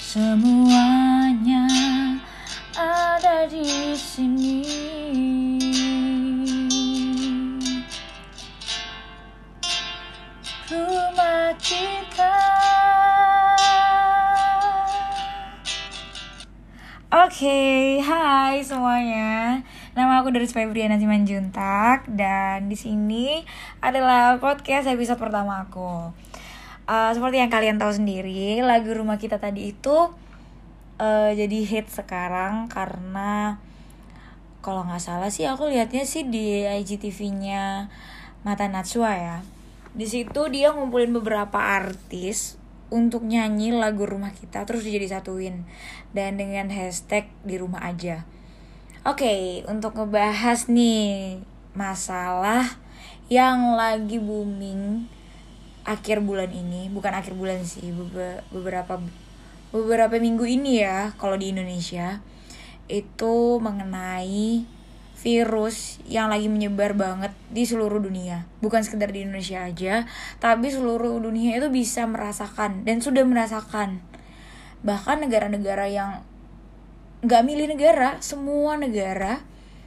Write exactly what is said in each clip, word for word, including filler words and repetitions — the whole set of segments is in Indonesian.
Semuanya ada di sini. Rumah kita. Oke, okay, hai semuanya. Nama aku Daris Febriana Simanjuntak dan di sini adalah podcast episode pertama aku. Uh, seperti yang kalian tahu sendiri, lagu Rumah Kita tadi itu uh, jadi hit sekarang karena kalau nggak salah sih aku lihatnya sih di I G T V-nya Mata Najwa ya. Di situ dia ngumpulin beberapa artis untuk nyanyi lagu Rumah Kita terus dijadi satuin dan dengan hashtag di rumah aja. Oke, okay, untuk ngebahas nih masalah yang lagi booming akhir bulan ini, bukan akhir bulan sih, beberapa beberapa minggu ini ya kalau di Indonesia, itu mengenai virus yang lagi menyebar banget di seluruh dunia. Bukan sekedar di Indonesia aja, tapi seluruh dunia itu bisa merasakan dan sudah merasakan. Bahkan negara-negara yang gak milih negara, semua negara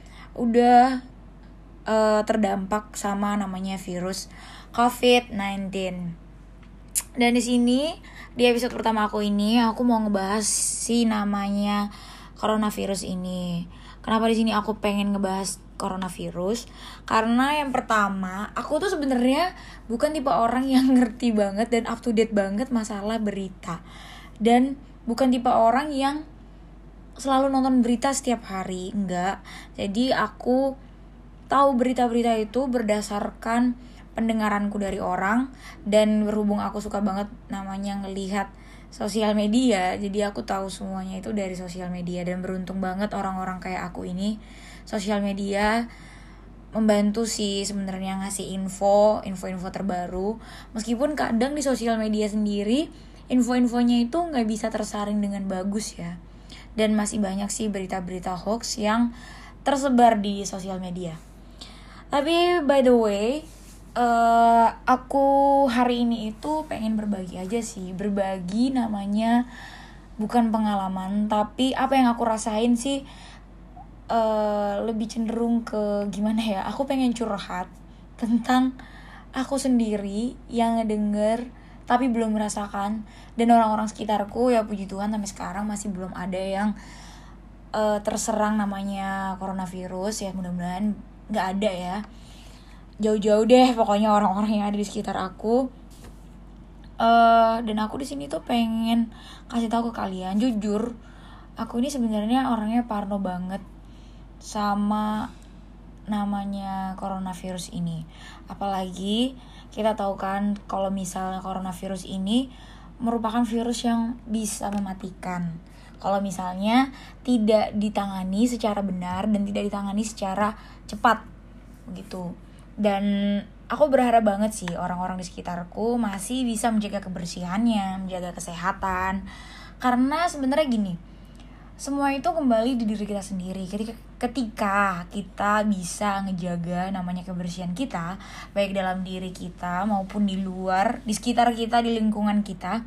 udah uh, terdampak sama namanya virus covid sembilan belas. Dan di sini di episode pertama aku ini aku mau ngebahas si namanya coronavirus ini. Kenapa di sini aku pengen ngebahas coronavirus? Karena yang pertama, aku tuh sebenarnya bukan tipe orang yang ngerti banget dan up to date banget masalah berita. Dan bukan tipe orang yang selalu nonton berita setiap hari, enggak. Jadi aku tahu berita-berita itu berdasarkan pendengaranku dari orang, dan berhubung aku suka banget namanya ngelihat sosial media, jadi aku tahu semuanya itu dari sosial media. Dan beruntung banget orang-orang kayak aku ini, sosial media membantu sih sebenarnya ngasih info, info-info terbaru. Meskipun kadang di sosial media sendiri info-infonya itu nggak bisa tersaring dengan bagus ya. Dan masih banyak sih berita-berita hoax yang tersebar di sosial media. Tapi by the way, uh, aku hari ini itu pengen berbagi aja sih. Berbagi namanya bukan pengalaman, tapi apa yang aku rasain sih uh, lebih cenderung ke gimana ya. Aku pengen curhat tentang aku sendiri yang ngedenger tapi belum merasakan, dan orang-orang sekitarku ya puji Tuhan sampai sekarang masih belum ada yang uh, terserang namanya coronavirus ya. Mudah-mudahan nggak ada ya, jauh-jauh deh pokoknya orang-orang yang ada di sekitar aku. Uh, dan aku di sini tuh pengen kasih tahu ke kalian, jujur aku ini sebenarnya orangnya parno banget sama namanya coronavirus ini. Apalagi kita tahu kan kalau misalnya coronavirus ini merupakan virus yang bisa mematikan kalau misalnya tidak ditangani secara benar dan tidak ditangani secara cepat begitu. Dan aku berharap banget sih orang-orang di sekitarku masih bisa menjaga kebersihannya, menjaga kesehatan. Karena sebenarnya gini, semua itu kembali di diri kita sendiri. Ketika, ketika kita bisa ngejaga namanya kebersihan kita, baik dalam diri kita maupun di luar, di sekitar kita, di lingkungan kita,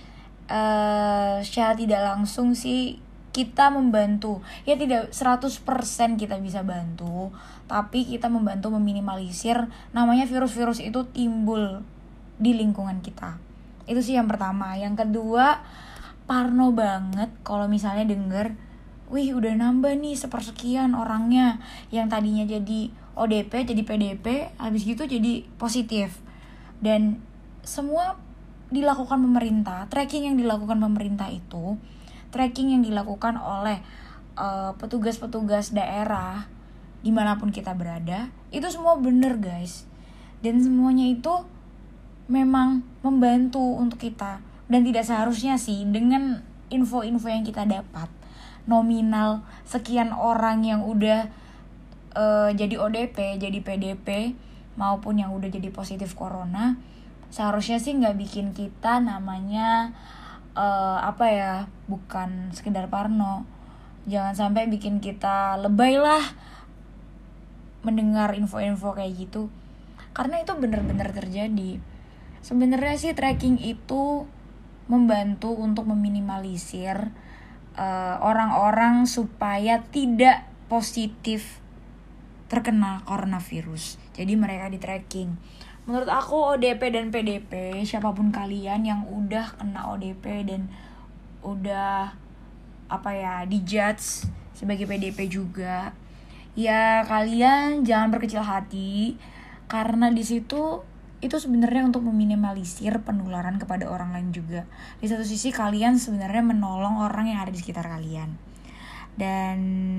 uh, secara tidak langsung sih kita membantu. Ya tidak seratus persen kita bisa bantu, tapi kita membantu meminimalisir namanya virus-virus itu timbul di lingkungan kita. Itu sih yang pertama. Yang kedua, parno banget kalau misalnya denger, wih udah nambah nih sepersekian orangnya, yang tadinya jadi O D P jadi P D P, habis gitu jadi positif. Dan semua dilakukan pemerintah, tracking yang dilakukan pemerintah itu, tracking yang dilakukan oleh uh, petugas-petugas daerah dimanapun kita berada, itu semua bener guys. Dan semuanya itu memang membantu untuk kita. Dan tidak seharusnya sih dengan info-info yang kita dapat, nominal sekian orang yang udah uh, jadi O D P, jadi P D P, maupun yang udah jadi positif corona, seharusnya sih gak bikin kita namanya uh, apa ya, bukan sekedar parno. Jangan sampai bikin kita lebay lah mendengar info-info kayak gitu, karena itu benar-benar terjadi. Sebenarnya sih tracking itu membantu untuk meminimalisir uh, orang-orang supaya tidak positif terkena coronavirus. Jadi mereka di tracking. Menurut aku O D P dan P D P, siapapun kalian yang udah kena O D P dan udah apa ya dijudge sebagai P D P juga, ya kalian jangan berkecil hati, karena di situ itu sebenarnya untuk meminimalisir penularan kepada orang lain juga. Di satu sisi kalian sebenarnya menolong orang yang ada di sekitar kalian. Dan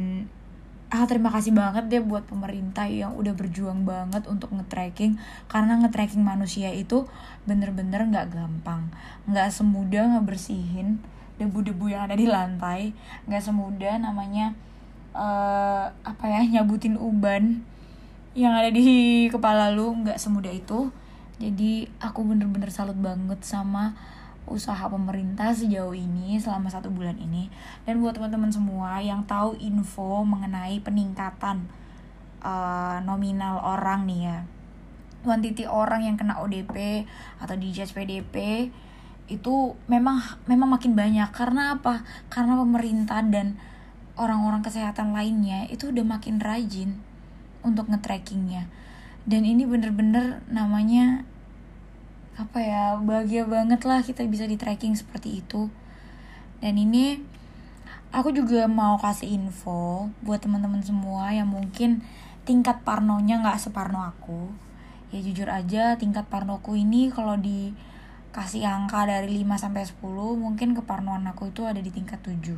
ah terima kasih banget deh buat pemerintah yang udah berjuang banget untuk nge-tracking, karena nge-tracking manusia itu bener-bener gak gampang. Gak semudah ngebersihin debu-debu yang ada di lantai, gak semudah namanya uh, apa ya nyabutin uban yang ada di kepala lu, gak semudah itu. Jadi aku bener-bener salut banget sama usaha pemerintah sejauh ini selama satu bulan ini. Dan buat teman-teman semua yang tahu info mengenai peningkatan uh, nominal orang nih ya, kuantiti orang yang kena O D P atau dijudge P D P itu memang memang makin banyak. Karena apa? Karena pemerintah dan orang-orang kesehatan lainnya itu udah makin rajin untuk nge-trackingnya. Dan ini bener-bener namanya apa ya, bahagia banget lah kita bisa di tracking seperti itu. Dan ini aku juga mau kasih info buat teman-teman semua yang mungkin tingkat parnonya gak separno aku. Ya jujur aja tingkat parnoku ini kalau dikasih angka dari lima sampai sepuluh, mungkin keparnoan aku itu ada di tingkat tujuh.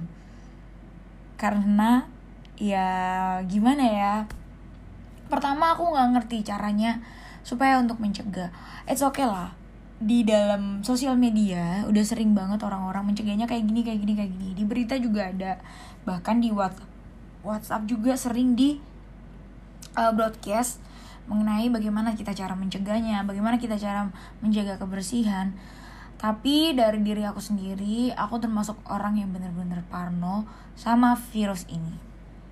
Karena ya gimana ya, pertama aku gak ngerti caranya supaya untuk mencegah. It's okay lah, di dalam sosial media udah sering banget orang-orang mencegahnya kayak gini, kayak gini, kayak gini. Di berita juga ada, bahkan di WhatsApp, WhatsApp juga sering di uh, broadcast mengenai bagaimana kita cara mencegahnya, bagaimana kita cara menjaga kebersihan. Tapi dari diri aku sendiri, aku termasuk orang yang benar-benar parno sama virus ini.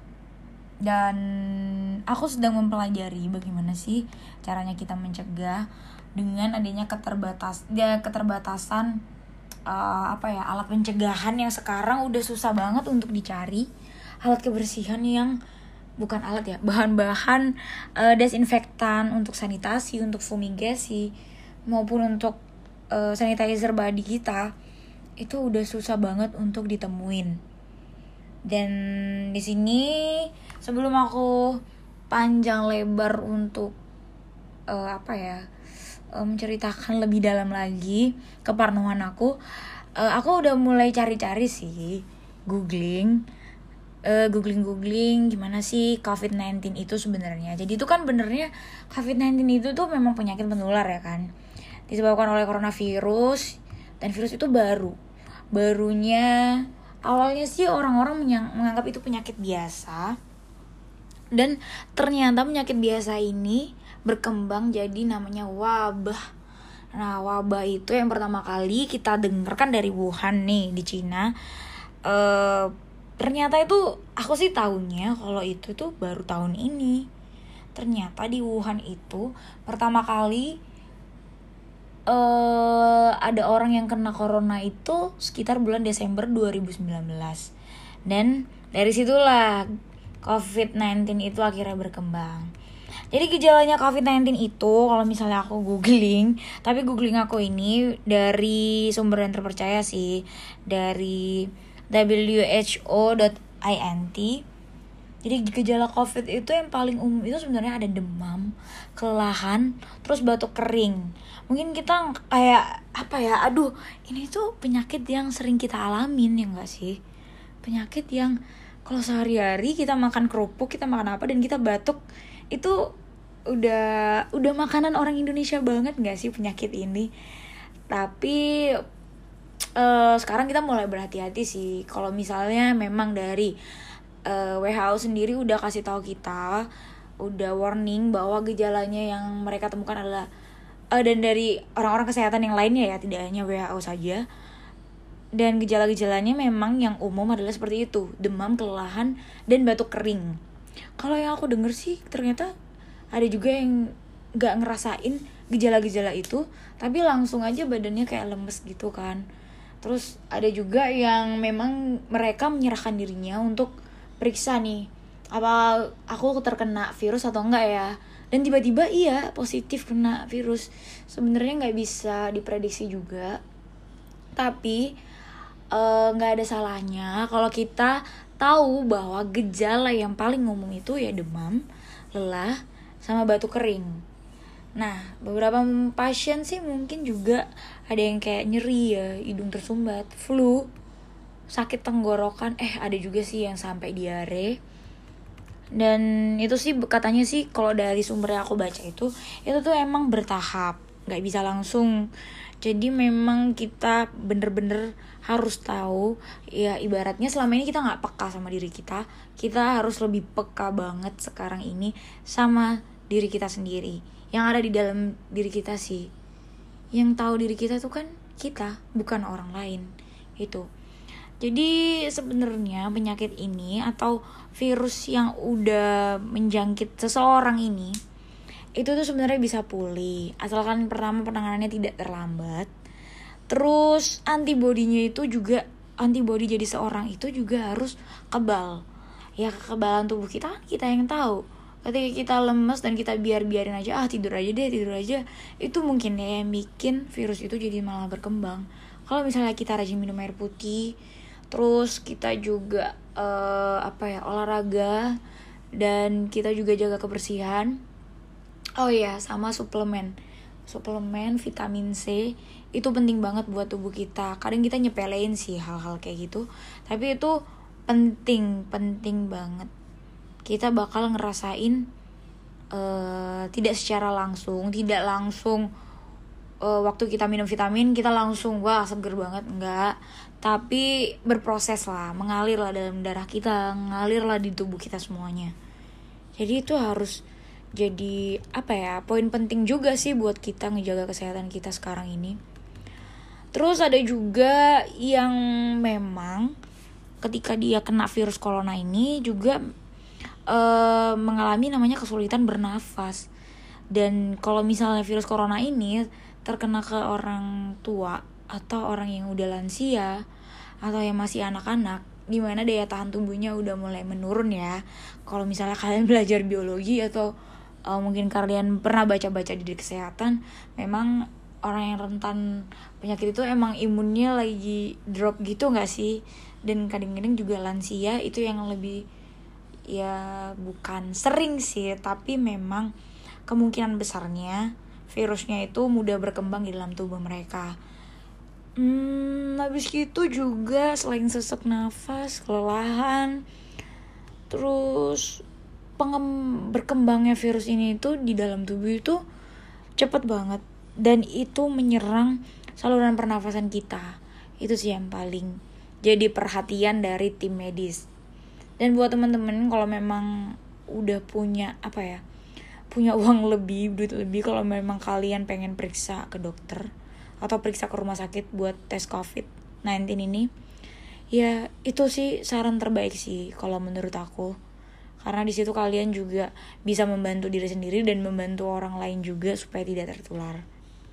Dan aku sedang mempelajari bagaimana sih caranya kita mencegah dengan adanya keterbatas ya keterbatasan uh, apa ya alat pencegahan yang sekarang udah susah banget untuk dicari, alat kebersihan yang bukan alat ya bahan-bahan uh, desinfektan untuk sanitasi, untuk fumigasi maupun untuk uh, sanitizer body kita itu udah susah banget untuk ditemuin. Dan di sini sebelum aku panjang lebar untuk uh, apa ya uh, menceritakan lebih dalam lagi keparnoan aku, uh, aku udah mulai cari-cari sih, googling, uh, googling-googling gimana sih covid sembilan belas itu sebenarnya. Jadi itu kan benernya covid sembilan belas itu tuh memang penyakit menular ya kan, disebabkan oleh coronavirus, dan virus itu baru, barunya. Awalnya sih orang-orang menganggap itu penyakit biasa. Dan ternyata penyakit biasa ini berkembang jadi namanya wabah. Nah wabah itu yang pertama kali kita dengarkan dari Wuhan nih di Cina. e, Ternyata itu aku sih tahunya kalau itu tuh baru tahun ini. Ternyata di Wuhan itu pertama kali Uh, ada orang yang kena corona itu sekitar bulan Desember dua ribu sembilan belas. Dan dari situlah covid sembilan belas itu akhirnya berkembang. Jadi gejalanya covid sembilan belas itu kalau misalnya aku googling, tapi googling aku ini dari sumber yang terpercaya sih, dari w h o dot int. Jadi gejala covid itu yang paling umum itu sebenarnya ada demam, kelelahan, terus batuk kering. Mungkin kita kayak apa ya, aduh ini tuh penyakit yang sering kita alamin ya gak sih? Penyakit yang kalau sehari-hari kita makan kerupuk, kita makan apa dan kita batuk, itu udah udah makanan orang Indonesia banget gak sih penyakit ini? Tapi uh, sekarang kita mulai berhati-hati sih. Kalau misalnya memang dari Uh, W H O sendiri udah kasih tahu kita, udah warning bahwa gejalanya yang mereka temukan adalah uh, dan dari orang-orang kesehatan yang lainnya ya, tidak hanya W H O saja. Dan gejala-gejalanya memang yang umum adalah seperti itu, demam, kelelahan, dan batuk kering. Kalau yang aku denger sih ternyata ada juga yang gak ngerasain gejala-gejala itu, tapi langsung aja badannya kayak lemes gitu kan. Terus ada juga yang memang mereka menyerahkan dirinya untuk periksa nih, apa aku terkena virus atau enggak ya. Dan tiba-tiba iya positif kena virus. Sebenarnya nggak bisa diprediksi juga, tapi nggak uh, ada salahnya kalau kita tahu bahwa gejala yang paling umum itu ya demam, lelah, sama batuk kering. Nah, beberapa pasien sih mungkin juga ada yang kayak nyeri ya, hidung tersumbat, flu, sakit tenggorokan, eh ada juga sih yang sampai diare. Dan itu sih katanya sih kalau dari sumber yang aku baca itu, itu tuh emang bertahap, nggak bisa langsung. Jadi memang kita bener-bener harus tahu, ya ibaratnya selama ini kita nggak peka sama diri kita, kita harus lebih peka banget sekarang ini sama diri kita sendiri. Yang ada di dalam diri kita sih, yang tahu diri kita tuh kan kita, bukan orang lain. Itu jadi sebenarnya penyakit ini atau virus yang udah menjangkit seseorang ini, itu tuh sebenarnya bisa pulih asalkan pertama penanganannya tidak terlambat. Terus antibodinya itu juga, antibodi jadi seorang itu juga harus kebal. Ya kekebalan tubuh kita kita yang tahu. Ketika kita lemes dan kita biar-biarin aja, ah tidur aja deh, tidur aja, itu mungkin ya yang bikin virus itu jadi malah berkembang. Kalau misalnya kita rajin minum air putih, terus kita juga uh, apa ya olahraga, dan kita juga jaga kebersihan. Oh iya, sama suplemen, suplemen vitamin C itu penting banget buat tubuh kita. Kadang kita nyepelein sih hal-hal kayak gitu, tapi itu penting, penting banget. Kita bakal ngerasain uh, tidak secara langsung, tidak langsung uh, waktu kita minum vitamin kita langsung wah seger banget, enggak. Tapi berproses lah, mengalir lah dalam darah kita, mengalir lah di tubuh kita semuanya. Jadi itu harus jadi apa ya, poin penting juga sih buat kita ngejaga kesehatan kita sekarang ini. Terus ada juga yang memang ketika dia kena virus corona ini juga Uh, mengalami namanya kesulitan bernafas. Dan kalau misalnya virus corona ini terkena ke orang tua atau orang yang udah lansia atau yang masih anak-anak, dimana daya tahan tubuhnya udah mulai menurun ya. Kalau misalnya kalian belajar biologi atau uh, mungkin kalian pernah baca-baca di kesehatan, memang orang yang rentan penyakit itu emang imunnya lagi drop gitu gak sih. Dan kadang-kadang juga lansia itu yang lebih, ya bukan sering sih, tapi memang kemungkinan besarnya virusnya itu mudah berkembang di dalam tubuh mereka. Hmm, habis itu juga selain sesak nafas, kelelahan, terus pengem- berkembangnya virus ini itu di dalam tubuh itu cepet banget, dan itu menyerang saluran pernafasan kita. Itu sih yang paling jadi perhatian dari tim medis. Dan buat teman-teman kalau memang udah punya apa ya, punya uang lebih, duit lebih, kalau memang kalian pengen periksa ke dokter atau periksa ke rumah sakit buat tes covid sembilan belas ini, ya itu sih saran terbaik sih kalau menurut aku. Karena di situ kalian juga bisa membantu diri sendiri dan membantu orang lain juga supaya tidak tertular.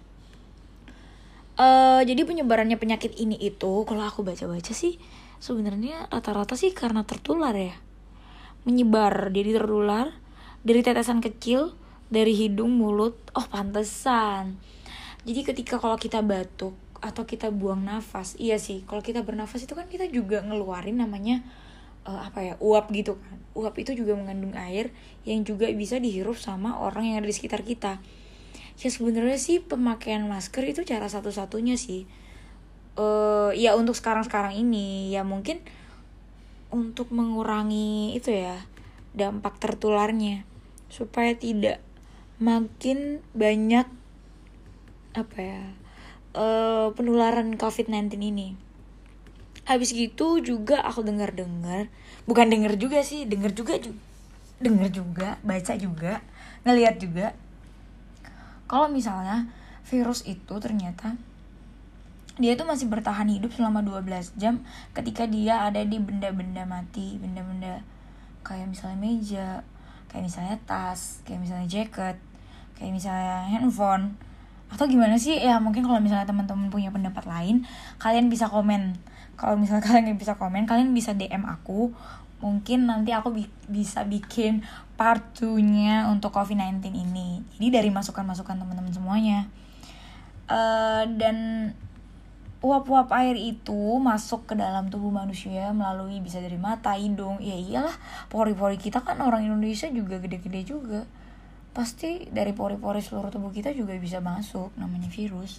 Uh, jadi penyebarannya penyakit ini itu kalau aku baca-baca sih sebenarnya rata-rata sih karena tertular ya. Menyebar, jadi tertular dari tetesan kecil, dari hidung, mulut. Oh pantesan. Jadi ketika kalau kita batuk atau kita buang nafas, iya sih kalau kita bernafas itu kan kita juga ngeluarin namanya uh, apa ya, uap gitu kan. Uap itu juga mengandung air yang juga bisa dihirup sama orang yang ada di sekitar kita. Ya sebenarnya sih pemakaian masker itu cara satu-satunya sih. Uh, ya untuk sekarang-sekarang ini ya mungkin untuk mengurangi itu ya dampak tertularnya, supaya tidak makin banyak apa ya uh, penularan covid sembilan belas ini. Habis gitu juga aku dengar-dengar, bukan dengar juga sih, dengar juga ju- dengar juga, baca juga, ngelihat juga kalau misalnya virus itu ternyata dia tuh masih bertahan hidup selama dua belas jam ketika dia ada di benda-benda mati, benda-benda kayak misalnya meja, kayak misalnya tas, kayak misalnya jaket, kayak misalnya handphone, Atau gimana sih ya, mungkin kalau misalnya teman-teman punya pendapat lain, kalian bisa komen. Kalau misalnya kalian nggak bisa komen, kalian bisa D M aku. Mungkin nanti aku bi- bisa bikin part two-nya untuk covid sembilan belas ini. Jadi dari masukan-masukan teman-teman semuanya. Uh, dan uap-uap air itu masuk ke dalam tubuh manusia melalui bisa dari mata, hidung. Ya iyalah, pori-pori kita kan orang Indonesia juga gede-gede juga. Pasti dari pori-pori seluruh tubuh kita juga bisa masuk namanya virus.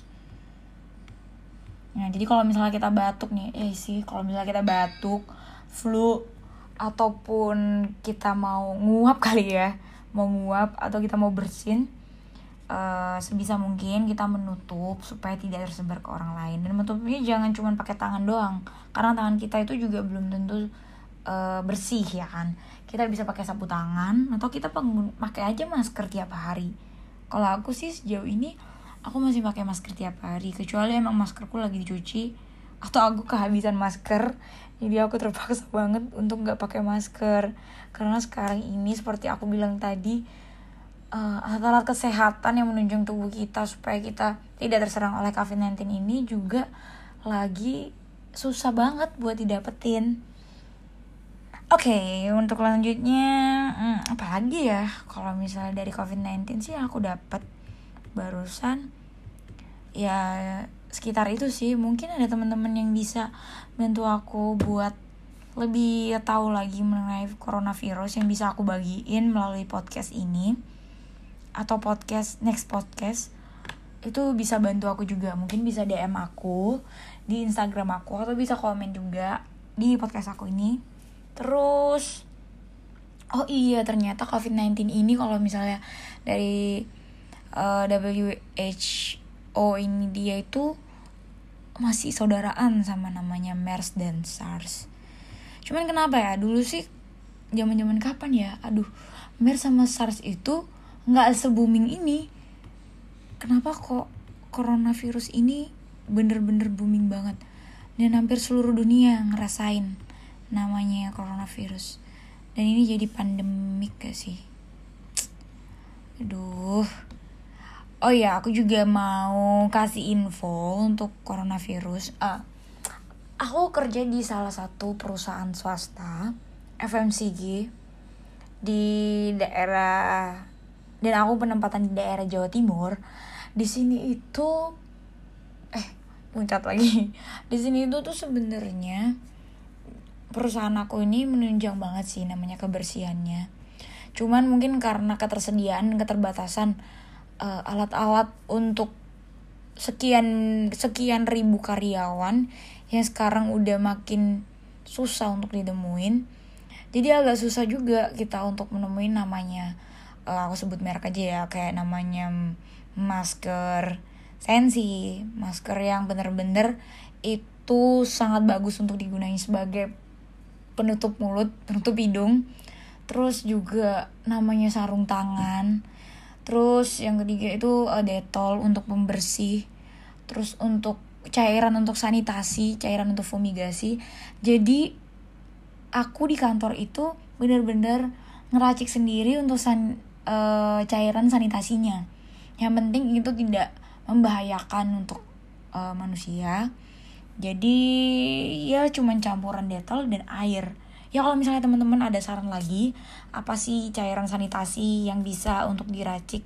Nah, jadi kalau misalnya kita batuk nih, eh sih, kalau misalnya kita batuk, flu, ataupun kita mau nguap kali ya, mau nguap atau kita mau bersin, Uh, sebisa mungkin kita menutup supaya tidak tersebar ke orang lain. Dan menutupnya jangan cuma pakai tangan doang, karena tangan kita itu juga belum tentu uh, bersih ya kan. Kita bisa pakai sapu tangan atau kita pakai aja masker tiap hari. Kalau aku sih sejauh ini aku masih pakai masker tiap hari, kecuali emang maskerku lagi dicuci atau aku kehabisan masker, jadi aku terpaksa banget untuk nggak pakai masker. Karena sekarang ini seperti aku bilang tadi, Uh, alat-alat kesehatan yang menunjang tubuh kita supaya kita tidak terserang oleh covid sembilan belas ini juga lagi susah banget buat didapetin. Oke, okay, untuk selanjutnya hmm, apa lagi ya? Kalau misalnya dari covid sembilan belas sih aku dapat barusan ya sekitar itu sih. Mungkin ada teman-teman yang bisa bantu aku buat lebih tahu lagi mengenai coronavirus yang bisa aku bagiin melalui podcast ini atau podcast next podcast. Itu bisa bantu aku juga, mungkin bisa D M aku di Instagram aku atau bisa komen juga di podcast aku ini. Terus oh iya, ternyata covid sembilan belas ini kalau misalnya dari uh, W H O ini dia itu masih saudaraan sama namanya MERS dan SARS. Cuman kenapa ya dulu sih, zaman-zaman kapan ya, aduh, MERS sama SARS itu nggak se-booming ini. Kenapa kok coronavirus ini bener-bener booming banget dan hampir seluruh dunia ngerasain namanya coronavirus, dan ini jadi pandemik gak sih? Aduh. Oh ya, aku juga mau kasih info untuk coronavirus. Ah, aku kerja di salah satu perusahaan swasta F M C G di daerah, dan aku penempatan di daerah Jawa Timur. Di sini itu eh muncat lagi. Di sini itu tuh sebenarnya perusahaan aku ini menunjang banget sih namanya kebersihannya. Cuman mungkin karena ketersediaan dan keterbatasan uh, alat-alat untuk sekian sekian ribu karyawan yang sekarang udah makin susah untuk ditemuin. Jadi agak susah juga kita untuk menemuin namanya, Uh, aku sebut merek aja ya, kayak namanya masker Sensi, masker yang bener-bener itu sangat bagus untuk digunakan sebagai penutup mulut, penutup hidung. Terus juga namanya sarung tangan. Terus yang ketiga itu uh, Dettol untuk pembersih. Terus untuk cairan untuk sanitasi, cairan untuk fumigasi. Jadi aku di kantor itu bener-bener ngeracik sendiri untuk san Uh, cairan sanitasinya. Yang penting itu tidak membahayakan untuk uh, manusia. Jadi ya cuman campuran Dettol dan air. Ya kalau misalnya teman-teman ada saran lagi, apa sih cairan sanitasi yang bisa untuk diracik,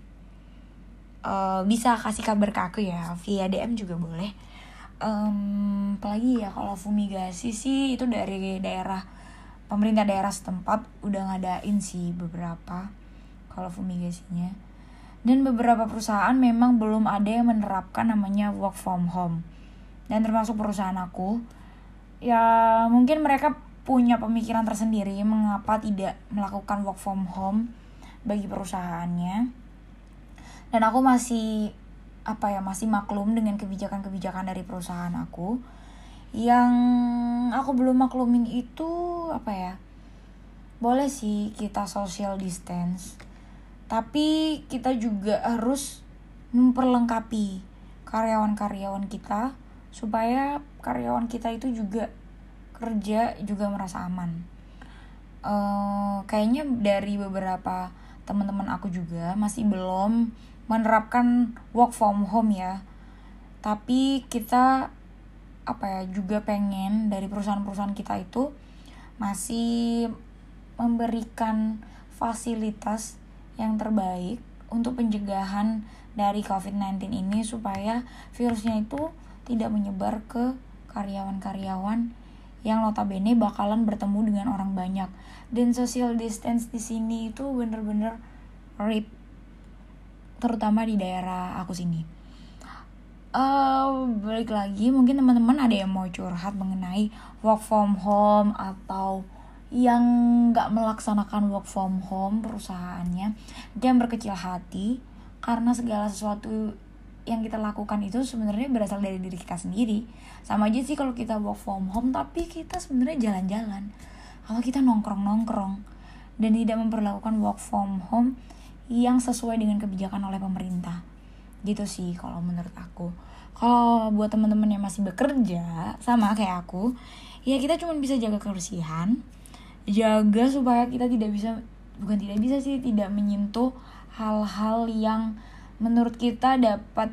uh, bisa kasih kabar ke aku ya, via D M juga boleh. Um, apalagi ya, kalau fumigasi sih itu dari daerah, pemerintah daerah setempat udah ngadain sih beberapa kalau fumigasinya. Dan beberapa perusahaan memang belum ada yang menerapkan namanya work from home. Dan termasuk perusahaan aku. Ya mungkin mereka punya pemikiran tersendiri mengapa tidak melakukan work from home bagi perusahaannya. Dan aku masih apa ya, masih maklum dengan kebijakan-kebijakan dari perusahaan aku. Yang aku belum maklumin itu apa ya? Boleh sih kita social distance, tapi kita juga harus memperlengkapi karyawan-karyawan kita supaya karyawan kita itu juga kerja juga merasa aman. Uh, kayaknya dari beberapa teman-teman aku juga masih belum menerapkan work from home ya. Tapi kita apa ya juga pengen dari perusahaan-perusahaan kita itu masih memberikan fasilitas yang terbaik untuk pencegahan dari covid sembilan belas ini supaya virusnya itu tidak menyebar ke karyawan-karyawan yang notabene bakalan bertemu dengan orang banyak. Dan social distance di sini itu bener-bener rip, terutama di daerah aku sini. Uh, balik lagi, mungkin teman-teman ada yang mau curhat mengenai work from home atau yang gak melaksanakan work from home perusahaannya. Jangan berkecil hati, karena segala sesuatu yang kita lakukan itu sebenarnya berasal dari diri kita sendiri. Sama aja sih kalau kita work from home tapi kita sebenarnya jalan-jalan, kalau kita nongkrong-nongkrong dan tidak memperlakukan work from home yang sesuai dengan kebijakan oleh pemerintah. Gitu sih kalau menurut aku. Kalau buat teman-teman yang masih bekerja sama kayak aku, ya kita cuma bisa jaga kebersihan, jaga supaya kita tidak bisa, bukan tidak bisa sih, tidak menyentuh hal-hal yang menurut kita dapat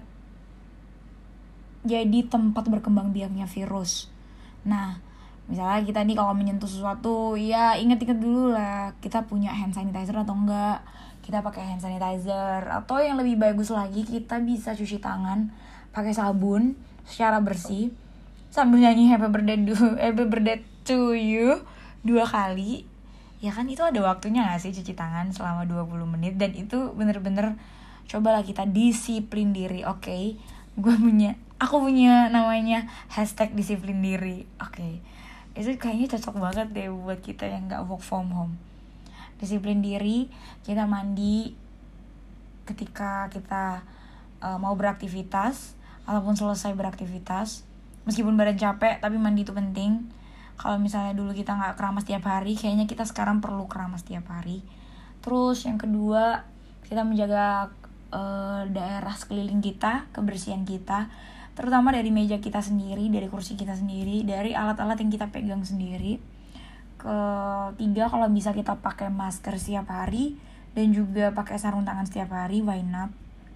jadi tempat berkembang biaknya virus. Nah, misalnya kita nih kalau menyentuh sesuatu, ya ingat-ingat dulu lah, kita punya hand sanitizer atau enggak, kita pakai hand sanitizer, atau yang lebih bagus lagi kita bisa cuci tangan pakai sabun secara bersih sambil nyanyi happy birthday to, happy birthday to you dua kali. Ya kan itu ada waktunya gak sih cuci tangan selama dua puluh menit, dan itu bener-bener cobalah kita disiplin diri. Oke, okay? Gue punya, aku punya namanya hashtag disiplin diri. Oke, okay. Itu kayaknya cocok banget deh buat kita yang gak work from home. Disiplin diri, kita mandi ketika kita uh, mau beraktivitas ataupun selesai beraktivitas. Meskipun badan capek, tapi mandi itu penting. Kalau misalnya dulu kita gak keramas tiap hari, kayaknya kita sekarang perlu keramas tiap hari. Terus yang kedua, kita menjaga uh, daerah sekeliling kita, kebersihan kita, terutama dari meja kita sendiri, dari kursi kita sendiri, dari alat-alat yang kita pegang sendiri. Ketiga, kalau bisa kita pakai masker setiap hari dan juga pakai sarung tangan setiap hari, why not?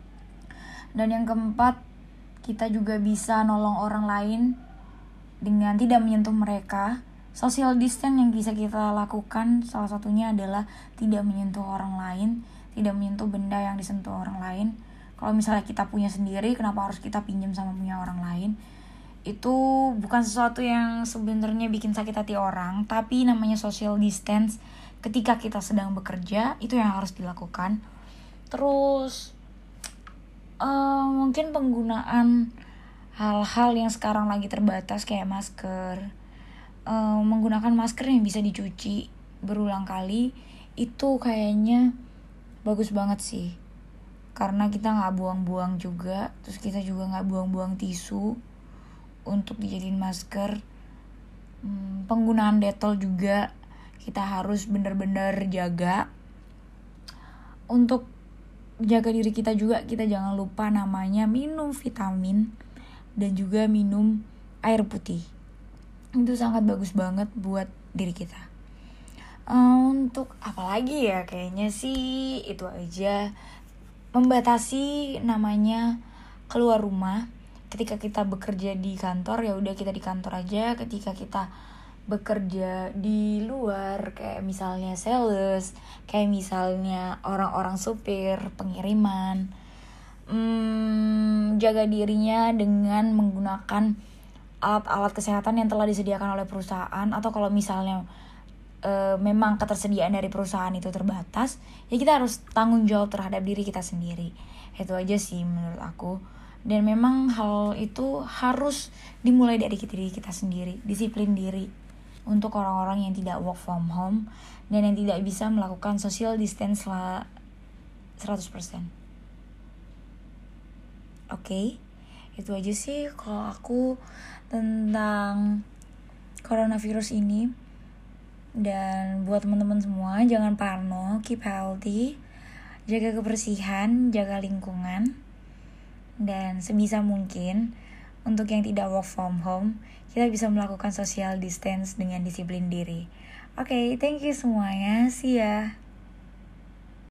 Dan yang keempat, kita juga bisa nolong orang lain dengan tidak menyentuh mereka. Social distance yang bisa kita lakukan salah satunya adalah tidak menyentuh orang lain, tidak menyentuh benda yang disentuh orang lain. Kalau misalnya kita punya sendiri, kenapa harus kita pinjam sama punya orang lain? Itu bukan sesuatu yang sebenarnya bikin sakit hati orang, tapi namanya social distance ketika kita sedang bekerja, itu yang harus dilakukan. Terus uh, mungkin penggunaan hal-hal yang sekarang lagi terbatas kayak masker, uh, menggunakan masker yang bisa dicuci berulang kali, itu kayaknya bagus banget sih, karena kita gak buang-buang juga. Terus kita juga gak buang-buang tisu untuk dijadiin masker. hmm, Penggunaan Dettol juga kita harus benar-benar jaga. Untuk jaga diri kita juga, kita jangan lupa namanya minum vitamin dan juga minum air putih. Itu sangat bagus banget buat diri kita. uh, Untuk apa lagi ya, kayaknya sih itu aja. Membatasi namanya keluar rumah. Ketika kita bekerja di kantor, ya udah kita di kantor aja. Ketika kita bekerja di luar, kayak misalnya sales, kayak misalnya orang-orang supir, pengiriman, hmm, jaga dirinya dengan menggunakan alat-alat kesehatan yang telah disediakan oleh perusahaan. Atau kalau misalnya e, memang ketersediaan dari perusahaan itu terbatas, ya kita harus tanggung jawab terhadap diri kita sendiri. Itu aja sih menurut aku. Dan memang hal itu harus dimulai dari diri kita sendiri. Disiplin diri untuk orang-orang yang tidak work from home dan yang tidak bisa melakukan social distance lah seratus persen. Oke, okay? Itu aja sih kalau aku tentang coronavirus ini. Dan buat teman-teman semua, jangan parno, keep healthy, jaga kebersihan, jaga lingkungan. Dan sebisa mungkin untuk yang tidak work from home, kita bisa melakukan social distance dengan disiplin diri. Oke, okay, thank you semuanya. See ya.